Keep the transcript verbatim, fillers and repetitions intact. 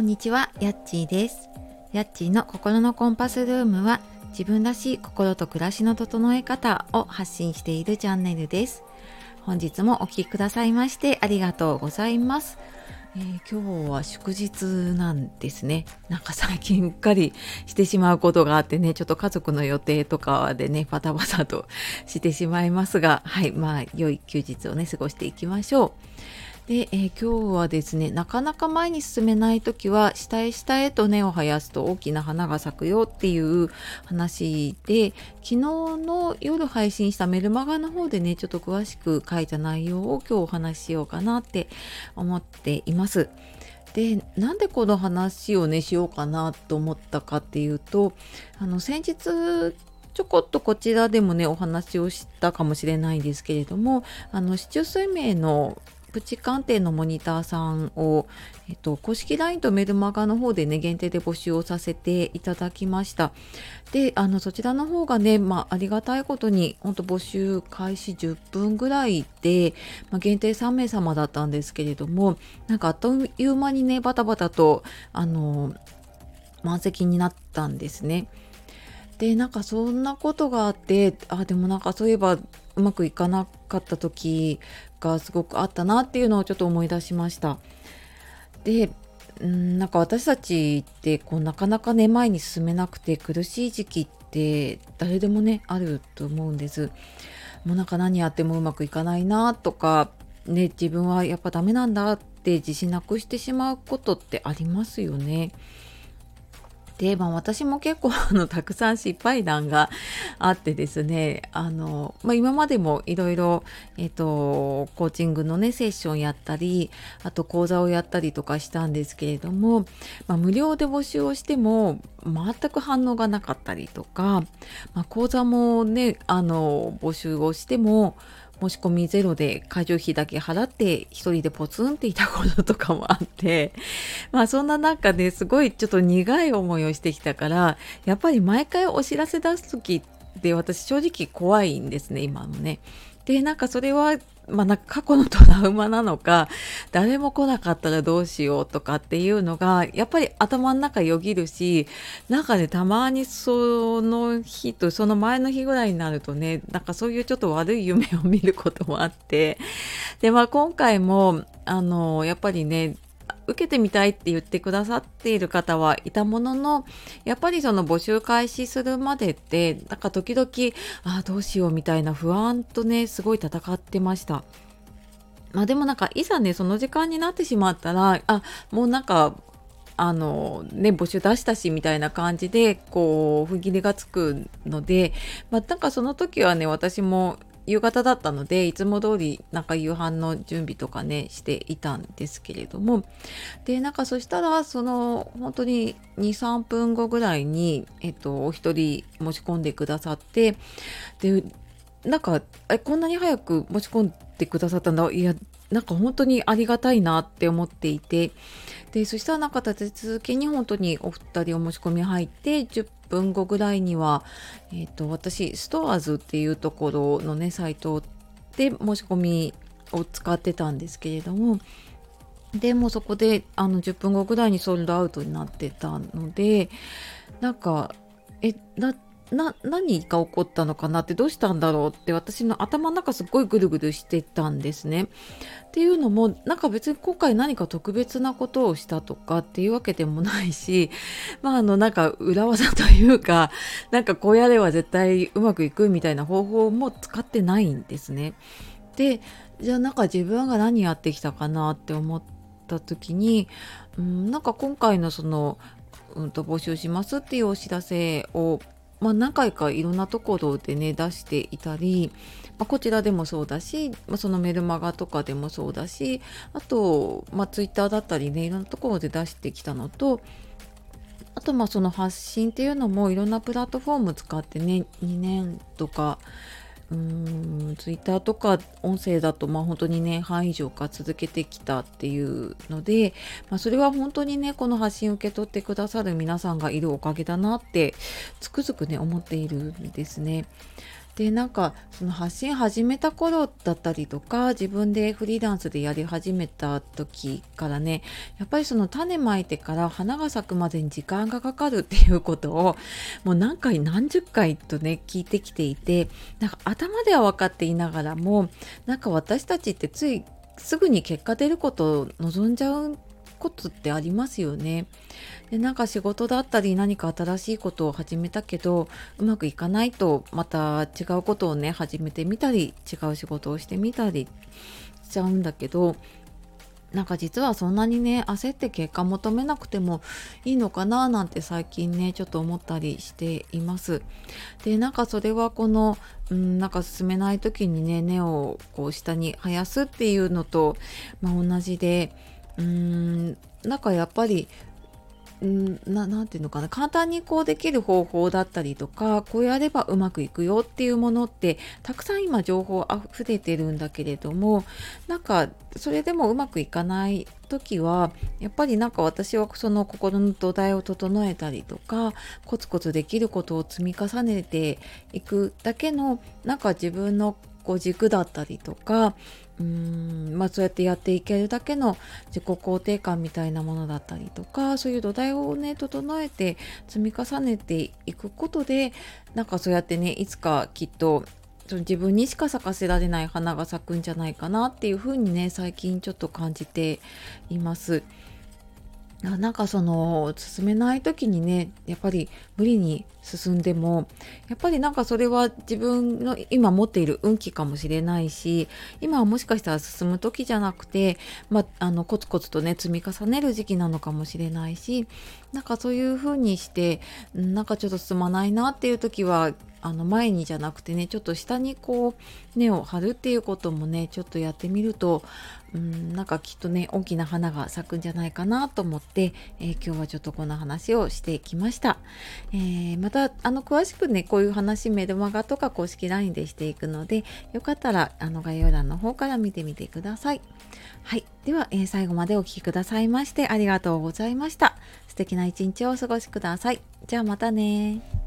んにちは、やっちーです。やっちーの心のコンパスルームは、自分らしい心と暮らしの整え方を発信しているチャンネルです。本日もお聞きくださいましてありがとうございます。えー、今日は祝日なんですね。なんか最近うっかりしてしまうことがあってね、ちょっと家族の予定とかでね、バタバタとしてしまいますが、はい、まあ良い休日をね過ごしていきましょう。で、えー今日はですね、なかなか前に進めないときは下へ下へと根を生やすと大きな花が咲くよっていう話で、昨日の夜配信したメルマガの方でね、ちょっと詳しく書いた内容を今日お話ししようかなって思っています。で、なんでこの話をねしようかなと思ったかっていうと、あの先日ちょこっとこちらでもねお話をしたかもしれないんですけれども、あの市中水明のプチ鑑定のモニターさんを、えっと、公式 ライン とメルマガの方でね限定で募集をさせていただきました。で、あのそちらの方がね、まあ、ありがたいことに本当募集開始じゅっぷんぐらいで、まあ、限定さんめい様だったんですけれども、なんかあっという間にねバタバタとあの満席になったんですね。で、なんかそんなことがあって、あ、でもなんかそういえばうまくいかなかった時がすごくあったなっていうのをちょっと思い出しました。で、うん、なんか私たちってこうなかなかね前に進めなくて苦しい時期って誰でもねあると思うんです。もうなんか何やってもうまくいかないなとか、ね、自分はやっぱダメなんだって自信なくしてしまうことってありますよね。で、まあ、私も結構あのたくさん失敗談があってですね、あの、まあ、今までもいろいろ、えっと、コーチングのねセッションやったり、あと講座をやったりとかしたんですけれども、まあ、無料で募集をしても全く反応がなかったりとか、まあ、講座もねあの募集をしても申し込みゼロで会場費だけ払って一人でポツンっていたこととかもあって、まあそんな中ですごいちょっと苦い思いをしてきたから、やっぱり毎回お知らせ出す時って私正直怖いんですね、今もね。で、なんかそれは、まあなんか過去のトラウマなのか、誰も来なかったらどうしようとかっていうのが、やっぱり頭の中よぎるし、なんかね、たまにその日とその前の日ぐらいになるとね、なんかそういうちょっと悪い夢を見ることもあって、で、まあ今回も、あの、やっぱりね、受けてみたいって言ってくださっている方はいたものの、やっぱりその募集開始するまでって、なんか時々、ああ、どうしようみたいな不安とね、すごい戦ってました。まあでもなんか、いざね、その時間になってしまったら、あ、もうなんか、あのね、募集出したしみたいな感じでこう踏ん切りがつくので、まあ、なんかその時はね私も夕方だったのでいつも通りなんか夕飯の準備とかねしていたんですけれども、でなんかそしたらその本当ににさんぷんごぐらいに、えっと、お一人申し込んでくださって、でなんかえこんなに早く持ち込んでくださったんだ、いやなんか本当にありがたいなって思っていて、でそしたらなんか立て続けに本当にお二人お申し込み入ってじゅっぷんごぐらいには、えっと私ストアーズっていうところのねサイトで申し込みを使ってたんですけれども、でもうそこであのじゅっぷんごぐらいにソールドアウトになってたので、なんかえなな何が起こったのかなって、どうしたんだろうって私の頭の中すっごいぐるぐるしてたんですね。っていうのもなんか別に今回何か特別なことをしたとかっていうわけでもないし、まああのなんか裏技というか、なんかこうやれば絶対うまくいくみたいな方法も使ってないんですね。で、じゃあなんか自分が何やってきたかなって思った時に、うん、なんか今回のその、うんと募集しますっていうお知らせを、まあ、何回かいろんなところでね出していたり、まあ、こちらでもそうだし、まあ、そのメルマガとかでもそうだし、あと、まあ、ツイッターだったりねいろんなところで出してきたのと、あとまあその発信っていうのもいろんなプラットフォーム使ってねにねんとか、うーん、ツイッターとか音声だとまあ本当にねんはん以上か続けてきたっていうので、まあ、それは本当にねこの発信を受け取ってくださる皆さんがいるおかげだなってつくづくね思っているんですね。 でなんかその発信始めた頃だったりとか、自分でフリーランスでやり始めた時からね、やっぱりその種まいてから花が咲くまでに時間がかかるっていうことをもう何回何十回とね聞いてきていて、なんか頭では分かっていながらも、なんか私たちってついすぐに結果出ることを望んじゃうことってありますよね。でなんか仕事だったり何か新しいことを始めたけどうまくいかないと、また違うことをね始めてみたり、違う仕事をしてみたりしちゃうんだけど、なんか実はそんなにね焦って結果求めなくてもいいのかななんて最近ねちょっと思ったりしています。でなんかそれはこの、うん、なんか進めない時にね根をこう下に生やすっていうのと、まあ、同じで、うーんなんかやっぱりうん、ななんていうのかな、簡単にこうできる方法だったりとか、こうやればうまくいくよっていうものってたくさん今情報あふれてるんだけれども、なんかそれでもうまくいかない時はやっぱりなんか私はその心の土台を整えたりとか、コツコツできることを積み重ねていくだけのなんか自分のこう軸だったりとか、うーんまあそうやってやっていけるだけの自己肯定感みたいなものだったりとか、そういう土台をね整えて積み重ねていくことで、なんかそうやってねいつかきっとその自分にしか咲かせられない花が咲くんじゃないかなっていうふうにね最近ちょっと感じています。あなんかその進めない時にねやっぱり無理に進んでも、やっぱりなんかそれは自分の今持っている運気かもしれないし、今はもしかしたら進む時じゃなくて、まあ、あのコツコツとね積み重ねる時期なのかもしれないし、なんかそういう風にしてんなんかちょっと進まないなっていう時は、あの前にじゃなくてねちょっと下にこう根を張るっていうこともねちょっとやってみると、うんなんかきっとね大きな花が咲くんじゃないかなと思って、えー今日はちょっとこの話をしてきました。えーまたあの詳しくねこういう話メルマガとか公式 ライン でしていくので、よかったらあの概要欄の方から見てみてください。はい、では、えー最後までお聞きくださいましてありがとうございました。素敵な一日をお過ごしください。じゃあまたね。